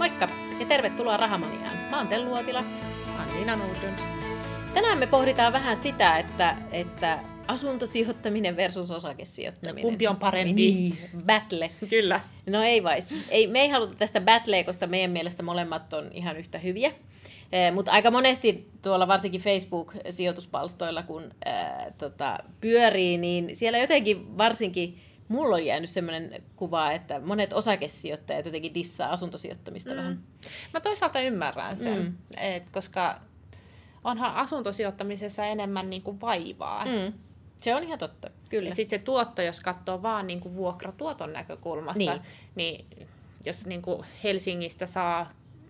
Moikka ja tervetuloa Rahamaniaan. Mä oon Tellu Uotila. Mä oon Nina Nordlund. Tänään me pohditaan vähän sitä, että asuntosijoittaminen versus osakesijoittaminen. No, kumpi on parempi? Niin, battle. Kyllä. No me ei haluta tästä battlea, koska meidän mielestä molemmat on ihan yhtä hyviä. Mutta aika monesti tuolla varsinkin Facebook-sijoituspalstoilla, kun pyörii, niin siellä jotenkin varsinkin mulla on jäänyt sellainen kuva, että monet osakesijoittajat jotenkin dissaa asuntosijoittamista vähän. Mä toisaalta ymmärrän sen, koska onhan asuntosijoittamisessa enemmän niin kuin vaivaa. Se on ihan totta, kyllä. Ja sitten se tuotto, jos katsoo vaan niin kuin vuokratuoton näkökulmasta, niin jos niin kuin Helsingistä saa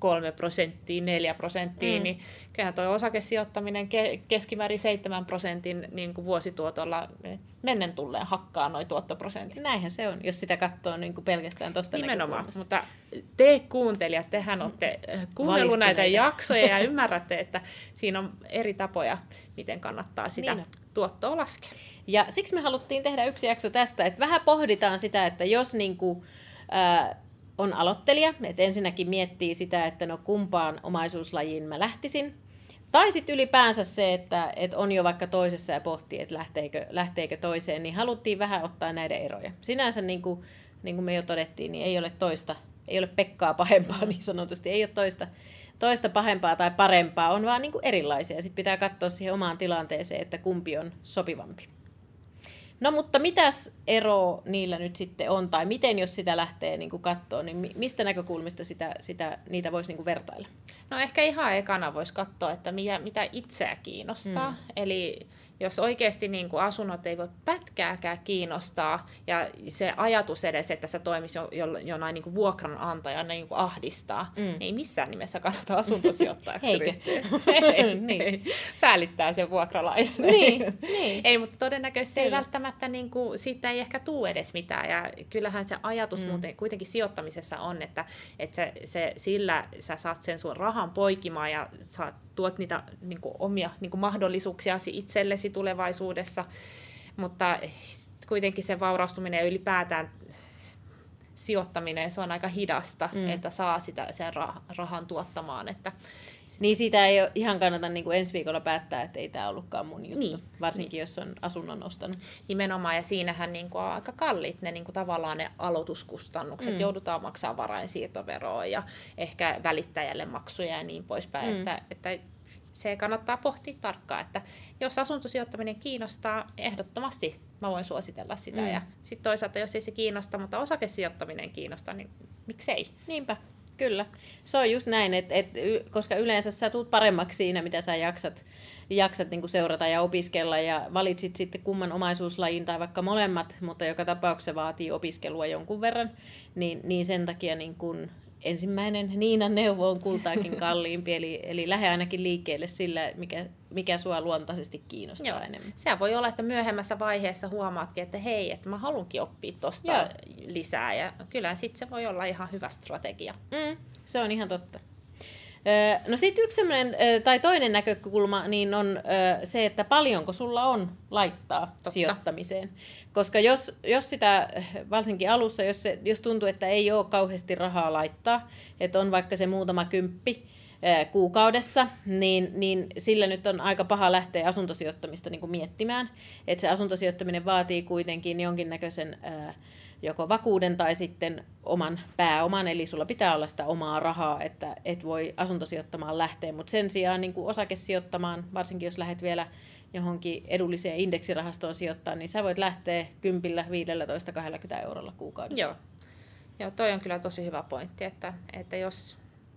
3%, 4%, niin kyllähän tuo osakesijoittaminen keskimäärin 7% niin kuin vuosituotolla mennen tulleen hakkaa noi tuottoprosentit. Näinhän se on, jos sitä katsoo niin kuin pelkästään tuosta näkökulmasta. Mutta te kuuntelijat, tehän olette kuunnellut näitä jaksoja ja ymmärrätte, että siinä on eri tapoja, miten kannattaa sitä tuottoa laskea. Ja siksi me haluttiin tehdä yksi jakso tästä, että vähän pohditaan sitä, että jos niin kuin, on aloittelija, että ensinnäkin miettii sitä, että no kumpaan omaisuuslajiin mä lähtisin. Tai sitten ylipäänsä se, että on jo vaikka toisessa ja pohtii, että lähteekö toiseen, niin haluttiin vähän ottaa näiden eroja. Sinänsä niin kuin me jo todettiin, niin ei ole Pekkaa pahempaa niin sanotusti, ei ole toista pahempaa tai parempaa, on vaan niin kuin erilaisia. Sitten pitää katsoa siihen omaan tilanteeseen, että kumpi on sopivampi. No mutta mitäs ero niillä nyt sitten on, tai miten jos sitä lähtee niin katsoa, niin mistä näkökulmista niitä voisi niin vertailla? No ehkä ihan ekana voisi katsoa, että mitä itseä kiinnostaa. Eli jos oikeasti niin kuin asunnot ei voi pätkääkään kiinnostaa, ja se ajatus edes, että se toimisi jonain niin kuin vuokranantajana niin kuin ahdistaa, niin ei missään nimessä kannata asuntosijoittajaksi ryhtyä. Niin. Säälittää sen vuokralainen. Niin. Ei, mutta todennäköisesti ei välttämättä, niin kuin, siitä ei ehkä tule edes mitään. Ja kyllähän se ajatus muuten kuitenkin sijoittamisessa on, että sillä sä saat sen sun rahan poikimaan ja tuot niitä niin kuin omia niin kuin mahdollisuuksiasi itsellesi tulevaisuudessa, mutta kuitenkin se vauraustuminen ja ylipäätään sijoittaminen, se on aika hidasta, että saa sen rahan tuottamaan. Niin siitä ei ihan kannata niin kuin ensi viikolla päättää, että ei tämä ollutkaan mun juttu, varsinkin jos on asunnon ostanut. Nimenomaan, ja siinähän niin kuin on aika kalliit ne, niin kuin tavallaan ne aloituskustannukset. Joudutaan maksamaan varainsiirtoveroa ja ehkä välittäjälle maksuja ja niin poispäin, että se kannattaa pohtia tarkkaan, että jos asuntosijoittaminen kiinnostaa, ehdottomasti mä voin suositella sitä. Ja sitten toisaalta, jos ei se kiinnosta, mutta osakesijoittaminen kiinnostaa, niin miksei? Niinpä, kyllä. Se on just näin, koska yleensä sä tulet paremmaksi siinä, mitä sä jaksat niin kuin seurata ja opiskella, ja valitsit sitten kumman omaisuuslajin tai vaikka molemmat, mutta joka tapauksessa vaatii opiskelua jonkun verran, niin sen takia niin kuin ensimmäinen Niinan neuvo on kultaakin kalliimpi, eli lähde ainakin liikkeelle sillä, mikä sua luontaisesti kiinnostaa enemmän. Se voi olla, että myöhemmässä vaiheessa huomaatkin, että hei, että mä haluankin oppia tuosta lisää, ja kyllä sitten se voi olla ihan hyvä strategia. Se on ihan totta. No sitten yksi sellainen, tai toinen näkökulma, niin on se, että paljonko sulla on laittaa sijoittamiseen. Koska jos sitä, varsinkin alussa, jos tuntuu, että ei ole kauheasti rahaa laittaa, että on vaikka se muutama kymppi kuukaudessa, niin sillä nyt on aika paha lähteä asuntosijoittamista niin kuin miettimään. Että se asuntosijoittaminen vaatii kuitenkin jonkinnäköisen joko vakuuden tai sitten oman pääoman, eli sulla pitää olla sitä omaa rahaa, että et voi asuntosijoittamaan lähteä, mutta sen sijaan niin kuin osakesijoittamaan, varsinkin jos lähdet vielä johonkin edulliseen indeksirahastoon sijoittaa, niin sä voit lähteä 10, 15, 20 eurolla kuukaudessa. Joo, toi on kyllä tosi hyvä pointti, että jos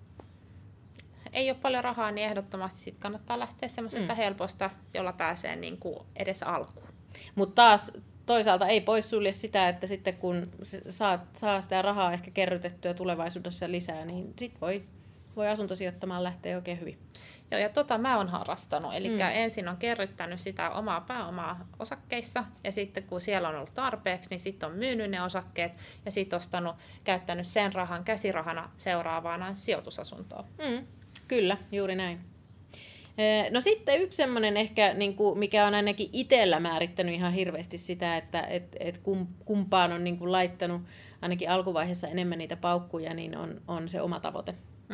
ei ole paljon rahaa, niin ehdottomasti sit kannattaa lähteä semmoisesta helposta, jolla pääsee niin kuin edes alkuun. Mutta taas toisaalta ei poissulje sitä, että sitten kun saa sitä rahaa ehkä kerrytettyä tulevaisuudessa lisää, niin sitten voi asuntosijoittamaan lähteä oikein hyvin. Joo, ja mä oon harrastanut. Eli ensin on kerryttänyt sitä omaa pääomaa osakkeissa, ja sitten kun siellä on ollut tarpeeksi, niin sitten on myynyt ne osakkeet, ja sitten käyttänyt sen rahan käsirahana seuraavaan sijoitusasuntoon. Kyllä, juuri näin. No sitten yksi semmoinen ehkä, niin kuin, mikä on ainakin itsellä määrittänyt ihan hirveästi sitä, että kumpaan on niin kuin laittanut, ainakin alkuvaiheessa enemmän niitä paukkuja, niin on se oma tavoite.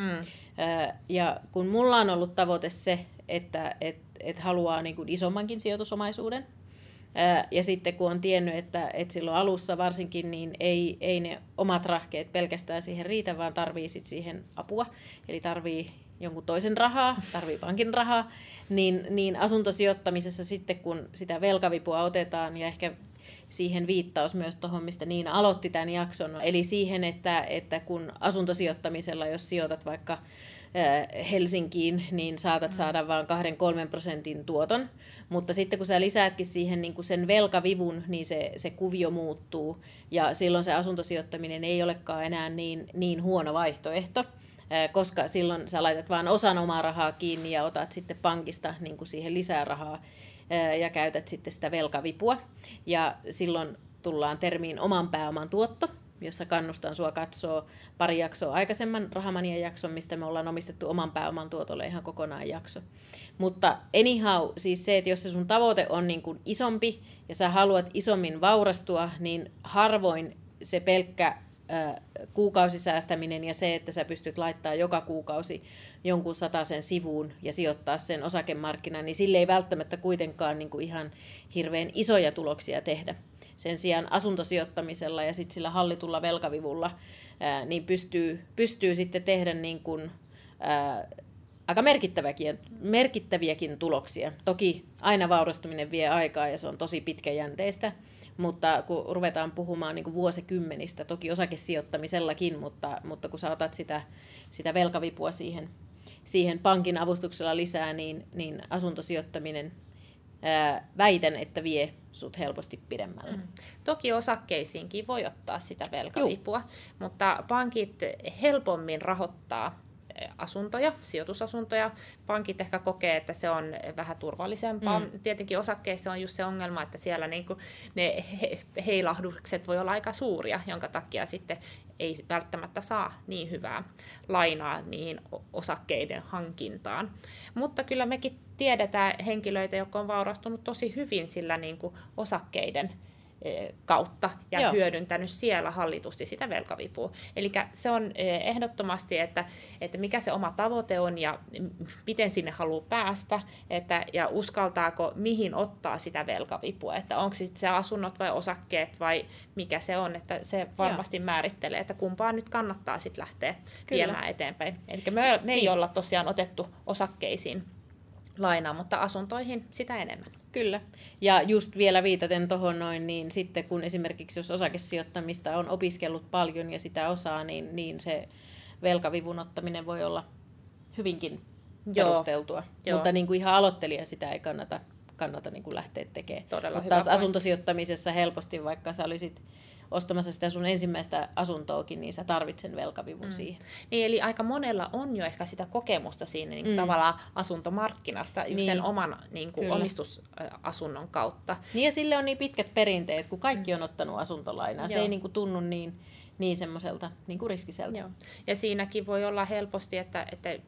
Ja kun mulla on ollut tavoite se, että haluaa niin kuin isommankin sijoitusomaisuuden, ja sitten kun on tiennyt, että silloin alussa varsinkin niin ei ne omat rahkeet pelkästään siihen riitä, vaan tarvii sit siihen apua, eli tarvii jonkun toisen rahaa, tarvii pankin rahaa, niin asuntosijoittamisessa sitten kun sitä velkavipua otetaan, ja ehkä siihen viittaus myös tuohon, mistä Niina aloitti tämän jakson, eli siihen, että kun asuntosijoittamisella, jos sijoitat vaikka Helsinkiin, niin saatat saada vain 2-3% tuoton, mutta sitten kun sä lisäätkin siihen niin kuin sen velkavivun, niin se kuvio muuttuu, ja silloin se asuntosijoittaminen ei olekaan enää niin huono vaihtoehto, koska silloin sä laitat vain osan omaa rahaa kiinni ja otat sitten pankista niin kuin siihen lisää rahaa ja käytät sitten sitä velkavipua. Ja silloin tullaan termiin oman pääoman tuotto, jossa kannustan sua katsoa pari jaksoa aikaisemman Rahamanian jakson, mistä me ollaan omistettu oman pääoman tuotolle ihan kokonaan jakso. Mutta anyhow, siis se, että jos se sun tavoite on niin kuin isompi ja sä haluat isommin vaurastua, niin harvoin se pelkkä kuukausisäästäminen ja se, että sä pystyt laittamaan joka kuukausi jonkun 100 sivuun ja sijoittaa sen osakemarkkinaan, niin sille ei välttämättä kuitenkaan niin kuin ihan hirveän isoja tuloksia tehdä. Sen sijaan asuntosijoittamisella ja sitten sillä hallitulla velkavivulla niin pystyy sitten tehdä niin kuin, aika merkittäviäkin tuloksia. Toki aina vaurastuminen vie aikaa ja se on tosi pitkäjänteistä, mutta kun ruvetaan puhumaan niin kuin vuosikymmenistä, toki osakesijoittamisellakin, mutta kun sä otat sitä velkavipua siihen pankin avustuksella lisää, niin asuntosijoittaminen väitän, että vie sut helposti pidemmälle. Toki osakkeisiinkin voi ottaa sitä velkavipua, mutta pankit helpommin rahoittaa asuntoja, sijoitusasuntoja. Pankit ehkä kokee, että se on vähän turvallisempaa. Tietenkin osakkeissa on just se ongelma, että siellä niinku ne heilahdukset voi olla aika suuria, jonka takia sitten ei välttämättä saa niin hyvää lainaa niihin osakkeiden hankintaan. Mutta kyllä mekin tiedetään henkilöitä, jotka on vaurastunut tosi hyvin sillä niinku osakkeiden kautta ja hyödyntänyt siellä hallitusti sitä velkavipua. Eli se on ehdottomasti, että mikä se oma tavoite on ja miten sinne haluaa päästä ja uskaltaako mihin ottaa sitä velkavipua, että onko se asunnot vai osakkeet vai mikä se on, että se varmasti määrittelee, että kumpaa nyt kannattaa sitten lähteä viemään eteenpäin. Eli me ei olla tosiaan otettu osakkeisiin lainaa, mutta asuntoihin sitä enemmän. Kyllä. Ja just vielä viitaten tuohon noin, niin sitten kun esimerkiksi jos osakesijoittamista on opiskellut paljon ja sitä osaa, niin se velkavivun ottaminen voi olla hyvinkin perusteltua. Mutta niin kuin ihan aloittelijan sitä ei kannata niin kuin lähteä tekemään. Todella mutta taas asuntosijoittamisessa helposti, vaikka sä olisit ostamassa sitä sun ensimmäistä asuntoakin, niin sä tarvitset velkavivun siihen. Niin, eli aika monella on jo ehkä sitä kokemusta siinä niin tavallaan asuntomarkkinasta just sen oman niin kuin omistusasunnon kautta. Niin ja sille on niin pitkät perinteet, kun kaikki on ottanut asuntolainaa. Se ei niin kuin tunnu niin semmoiselta niin kuin riskiseltä. Joo. Ja siinäkin voi olla helposti, että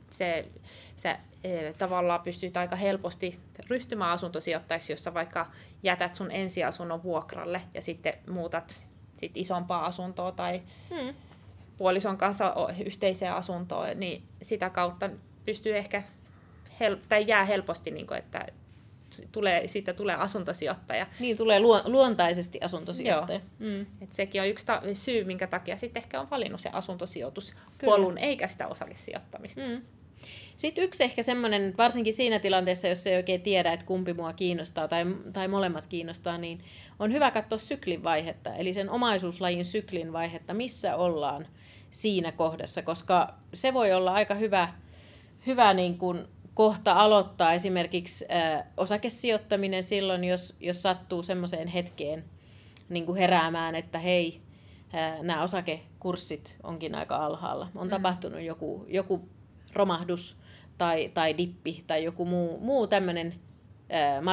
sä tavallaan pystyt aika helposti ryhtymään asuntosijoittajaksi, jossa vaikka jätät sun ensiasunnon vuokralle ja sitten muutat isompaa asuntoa tai puolison kanssa yhteiseen asuntoon, niin sitä kautta pystyy ehkä, tai jää helposti, niin kuin, että siitä tulee asuntosijoittaja. Niin, tulee luontaisesti asuntosijoittaja. Et sekin on yksi syy, minkä takia sitten ehkä on valinnut sen asuntosijoituspolun, eikä sitä osakesijoittamista. Sitten yksi ehkä semmoinen, varsinkin siinä tilanteessa, jos ei oikein tiedä, että kumpi mua kiinnostaa tai molemmat kiinnostaa, niin on hyvä katsoa syklin vaihetta, eli sen omaisuuslajin syklin vaihetta, missä ollaan siinä kohdassa, koska se voi olla aika hyvä niin kuin kohta aloittaa esimerkiksi osakesijoittaminen silloin, jos sattuu semmoiseen hetkeen niin kuin heräämään, että hei, nämä osakekurssit onkin aika alhaalla. On tapahtunut joku romahdus tai dippi tai joku muu tämmöinen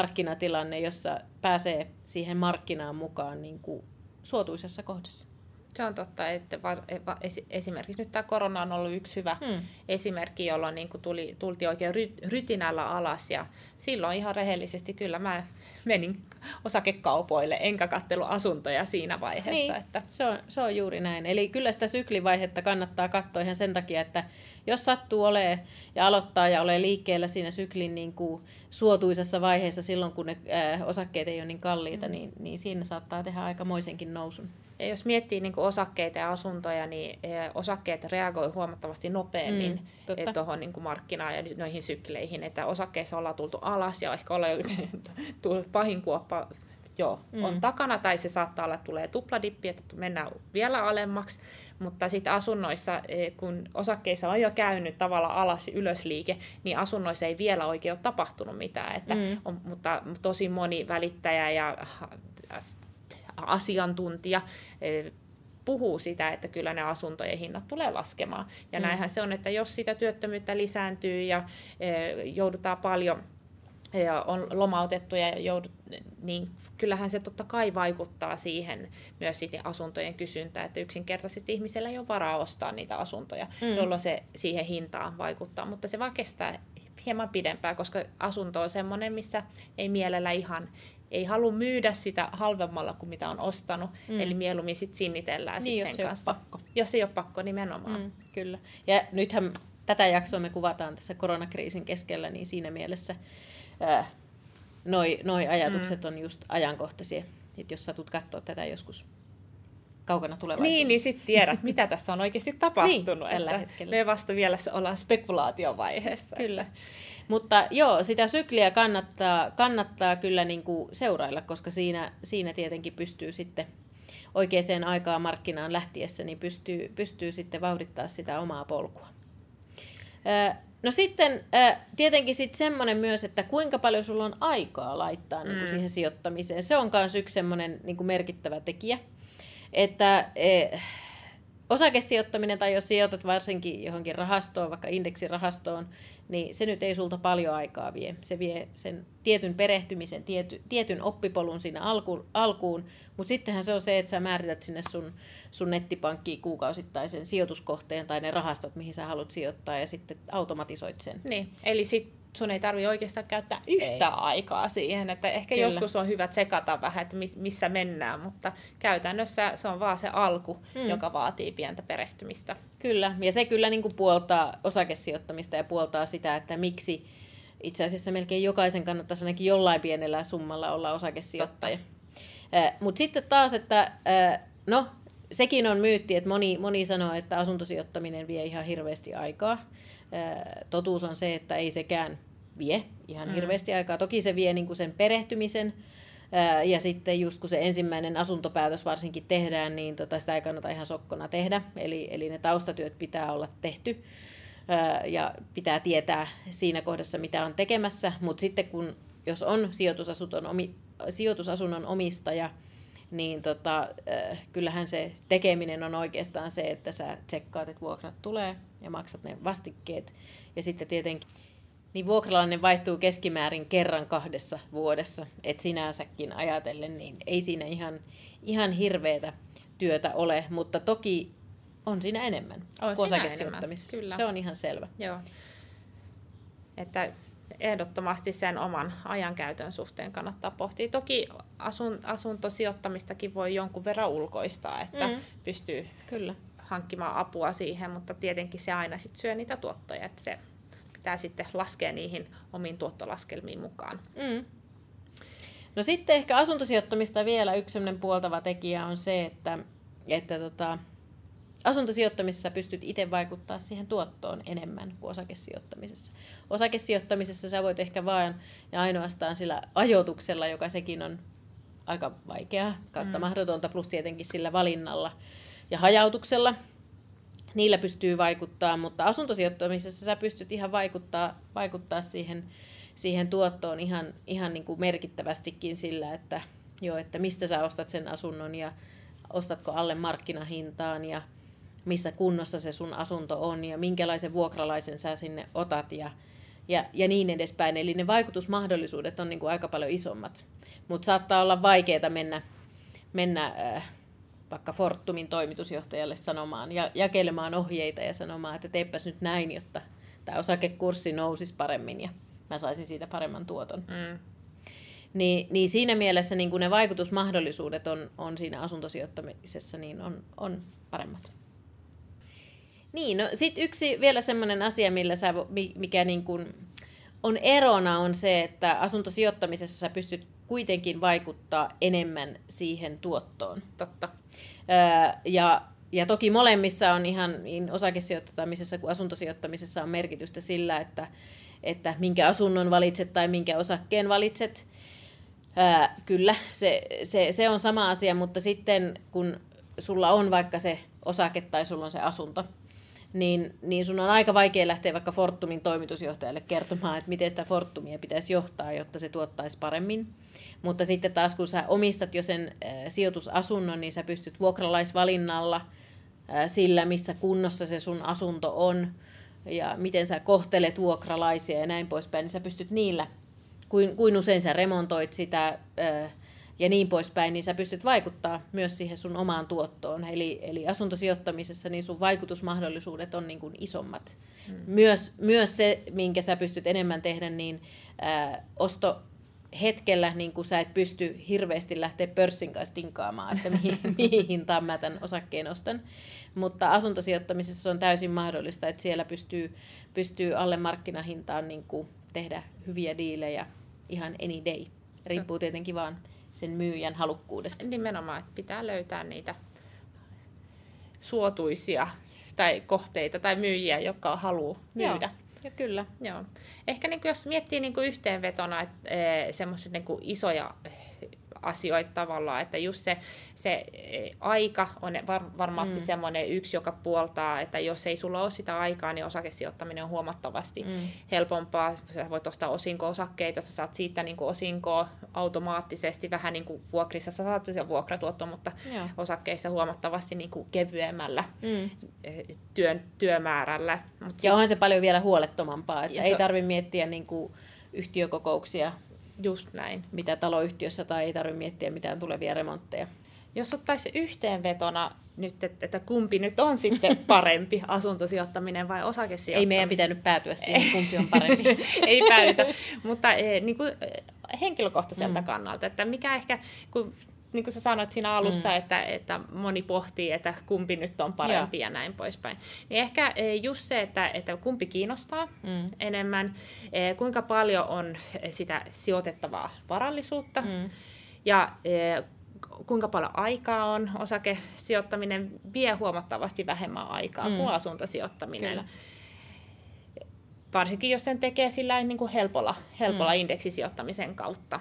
markkinatilanne, jossa pääsee siihen markkinaan mukaan niin kuin suotuisessa kohdassa. Se on totta, että esimerkiksi nyt tämä korona on ollut yksi hyvä esimerkki, jolloin niin kuin tultiin oikein rytinällä alas, ja silloin ihan rehellisesti kyllä mä menin osakekaupoille, enkä katselu asuntoja siinä vaiheessa. Niin, että se on juuri näin. Eli kyllä sitä syklivaihetta kannattaa katsoa ihan sen takia, että jos sattuu olemaan ja aloittaa ja ole liikkeellä siinä syklin niin kuin suotuisessa vaiheessa silloin, kun ne osakkeet ei ole niin kalliita, niin siinä saattaa tehdä aikamoisenkin nousun. Ja jos miettii niin kuin osakkeita ja asuntoja, niin osakkeet reagoi huomattavasti nopeammin tuohon niin kuin markkinaan ja noihin sykleihin. Että osakkeissa ollaan tultu alas ja ehkä ollaan pahin kuoppa on takana, tai se saattaa olla, että tulee tupladippi, että mennään vielä alemmaksi. Mutta sitten asunnoissa, kun osakkeissa on jo käynyt tavallaan alas ylösliike, niin asunnoissa ei vielä oikein ole tapahtunut mitään. Mutta tosi moni välittäjä ja asiantuntija puhuu sitä, että kyllä ne asuntojen hinnat tulee laskemaan. Ja näinhän se on, että jos sitä työttömyyttä lisääntyy ja joudutaan paljon ja on lomautettu niin kyllähän se totta kai vaikuttaa siihen myös sitten asuntojen kysyntään, että yksinkertaisesti ihmisellä ei ole varaa ostaa niitä asuntoja, jolloin se siihen hintaan vaikuttaa, mutta se vaan kestää hieman pidempään, koska asunto on semmoinen, missä ei mielellä ei halua myydä sitä halvemmalla kuin mitä on ostanut, eli mieluummin sitten sinnitellään niin, sen kanssa. Jos ei ole pakko nimenomaan. Kyllä. Ja nythän tätä jaksoa me kuvataan tässä koronakriisin keskellä, niin siinä mielessä noi ajatukset on just ajankohtaisia, että jos satut katsoa tätä joskus kaukana tulevaisuudessa. Niin sitten tiedät, mitä tässä on oikeasti tapahtunut. Niin, tällä hetkellä. Me vasta vielä ollaan spekulaatiovaiheessa. Kyllä. Mutta joo, sitä sykliä kannattaa kyllä niin kuin seurailla, koska siinä tietenkin pystyy sitten oikeaan aikaan markkinaan lähtiessä, niin pystyy sitten vauhdittaa sitä omaa polkua. No sitten tietenkin sitten semmoinen myös, että kuinka paljon sulla on aikaa laittaa niin kuin siihen sijoittamiseen. Se on myös yksi semmoinen niin kuin merkittävä tekijä, että osakesijoittaminen tai jos sijoitat varsinkin johonkin rahastoon, vaikka indeksirahastoon, niin se nyt ei sulta paljon aikaa vie. Se vie sen tietyn perehtymisen, tietyn oppipolun siinä alkuun, mutta sittenhän se on se, että sä määrität sinne sun nettipankkiin kuukausittaisen sijoituskohteen tai ne rahastot, mihin sä haluat sijoittaa ja sitten automatisoit sen. Niin, eli sitten sun ei tarvitse oikeastaan käyttää yhtään aikaa siihen, että ehkä Kyllä. joskus on hyvä tsekata vähän, että missä mennään, mutta käytännössä se on vaan se alku, joka vaatii pientä perehtymistä. Kyllä, ja se kyllä niin kuin puoltaa osakesijoittamista ja puoltaa sitä, että miksi itse asiassa melkein jokaisen kannattaisi ainakin jollain pienellä summalla olla osakesijoittaja. Mutta sitten taas, että no sekin on myytti, että moni sanoo, että asuntosijoittaminen vie ihan hirveästi aikaa. Totuus on se, että ei sekään vie ihan hirveästi aikaa. Toki se vie niin kuin sen perehtymisen, ja sitten just kun se ensimmäinen asuntopäätös varsinkin tehdään, niin sitä ei kannata ihan sokkona tehdä. Eli ne taustatyöt pitää olla tehty, ja pitää tietää siinä kohdassa, mitä on tekemässä. Mutta sitten jos on sijoitusasunnon omistaja, niin kyllähän se tekeminen on oikeastaan se, että sä tsekkaat, että vuokrat tulee ja maksat ne vastikkeet. Ja sitten tietenkin niin vuokralainen vaihtuu keskimäärin kerran 2 vuodessa. Että sinänsäkin ajatellen, niin ei siinä ihan hirveätä työtä ole, mutta toki on siinä enemmän kuin osakesijoittamisessa. Kyllä. Se on ihan selvä. Joo. Että ehdottomasti sen oman ajankäytön suhteen kannattaa pohtia. Toki asuntosijoittamistakin voi jonkun verran ulkoistaa, että pystyy Kyllä. hankkimaan apua siihen, mutta tietenkin se aina sit syö niitä tuottoja, että se pitää sitten laskea niihin omiin tuottolaskelmiin mukaan. No sitten ehkä asuntosijoittamista vielä yksi sellainen puoltava tekijä on se, että asuntosijoittamisessa pystyt itse vaikuttaa siihen tuottoon enemmän kuin osakesijoittamisessa. Osakesijoittamisessa sä voit ehkä vaan ja ainoastaan sillä ajoituksella, joka sekin on aika vaikeaa, kautta mahdotonta, plus tietenkin sillä valinnalla ja hajautuksella. Niillä pystyy vaikuttaa, mutta asuntosijoittamisessa sä pystyt ihan vaikuttaa siihen tuottoon ihan niin kuin merkittävästikin sillä, että mistä sä ostat sen asunnon ja ostatko alle markkinahintaan ja missä kunnossa se sun asunto on ja minkälaisen vuokralaisen sä sinne otat ja niin edespäin. Eli ne vaikutusmahdollisuudet on niin kuin aika paljon isommat, mutta saattaa olla vaikeaa mennä vaikka Fortumin toimitusjohtajalle sanomaan ja jakelemaan ohjeita ja sanomaan, että teepäs nyt näin, jotta tämä osakekurssi nousisi paremmin ja mä saisin siitä paremman tuoton. Niin siinä mielessä niin kun ne vaikutusmahdollisuudet on siinä asuntosijoittamisessa niin on paremmat. Niin, no sit yksi vielä semmoinen asia, mikä niin kun on erona, on se, että asuntosijoittamisessa sä pystyt kuitenkin vaikuttaa enemmän siihen tuottoon. Totta. Ja toki molemmissa on ihan niin osakesijoittamisessa kuin asuntosijoittamisessa on merkitystä sillä, että minkä asunnon valitset tai minkä osakkeen valitset. Kyllä, se on sama asia, mutta sitten kun sulla on vaikka se osake tai sulla on se asunto, niin sun on aika vaikea lähteä vaikka Fortumin toimitusjohtajalle kertomaan, että miten sitä Fortumia pitäisi johtaa, jotta se tuottaisi paremmin. Mutta sitten taas kun sä omistat jo sen sijoitusasunnon, niin sä pystyt vuokralaisvalinnalla sillä, missä kunnossa se sun asunto on ja miten sä kohtelet vuokralaisia ja näin poispäin, niin sä pystyt niillä, kuin usein sä remontoit sitä ja niin poispäin, niin sä pystyt vaikuttaa myös siihen sun omaan tuottoon. Eli asuntosijoittamisessa niin sun vaikutusmahdollisuudet on niin kuin isommat. Myös se, minkä sä pystyt enemmän tehdä, niin ostohetkellä niin kun sä et pysty hirveästi lähteä pörssin kanssa tinkaamaan, että mihin hintaan mä tämän osakkeen ostan. Mutta asuntosijoittamisessa on täysin mahdollista, että siellä pystyy alle markkinahintaan niin kuin tehdä hyviä diilejä ihan any day. Riippuu tietenkin vaan sen myyjän halukkuudesta. Nimenomaan, että pitää löytää niitä suotuisia tai kohteita tai myyjiä, jotka haluaa myydä. Ja kyllä. Joo. Ehkä niin kuin jos miettii niin kuin yhteenvetona semmoisia niin kuin isoja asioita tavallaan, että just se aika on varmasti semmoinen yksi, joka puoltaa, että jos ei sulla ole sitä aikaa, niin osakesijoittaminen on huomattavasti helpompaa. Sä voit ostaa osinko-osakkeita, sä saat siitä niin kuin osinkoa automaattisesti, vähän niin kuin vuokrissa sä saat sen vuokratuotto, mutta osakkeissa huomattavasti niin kuin kevyemmällä työmäärällä. Ja onhan se paljon vielä huolettomampaa, että ei tarvitse miettiä niin kuin yhtiökokouksia. Just näin. Mitä taloyhtiössä, tai ei tarvitse miettiä mitään tulevia remontteja. Jos ottaisi yhteenvetona nyt, että kumpi nyt on sitten parempi, asuntosijoittaminen vai osakesijoittaminen? Ei meidän pitänyt päätyä siihen, kumpi on parempi. Ei päädytä, mutta niin kuin henkilökohtaiselta kannalta, että mikä ehkä, niin kuin sä sanoit siinä alussa, että moni pohtii, että kumpi nyt on parempi ja näin poispäin. Niin ehkä just se, että kumpi kiinnostaa enemmän, kuinka paljon on sitä sijoitettavaa varallisuutta ja kuinka paljon aikaa on. Osakesijoittaminen vie huomattavasti vähemmän aikaa kuin asuntosijoittaminen. Kyllä. Varsinkin jos sen tekee sillä niin kuin helpolla indeksisijoittamisen kautta.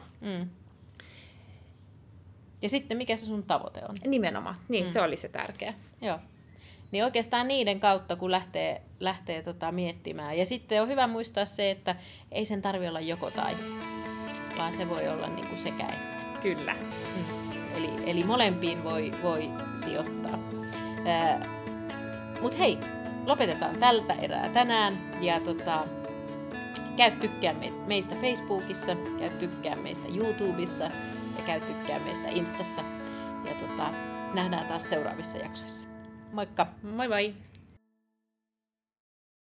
Ja sitten mikä se sun tavoite on? Nimenomaan, niin se oli se tärkeä. Joo. Niin oikeastaan niiden kautta, kun lähtee miettimään. Ja sitten on hyvä muistaa se, että ei sen tarvitse olla joko tai, vaan se voi olla niin kuin sekä että. Kyllä. Eli molempiin voi sijoittaa. Mutta hei, lopetetaan tältä erää tänään. Ja käy tykkää meistä Facebookissa, käy tykkää meistä YouTubessa ja käy tykkää meistä Instassa. Ja nähdään taas seuraavissa jaksoissa. Moikka! Moi moi!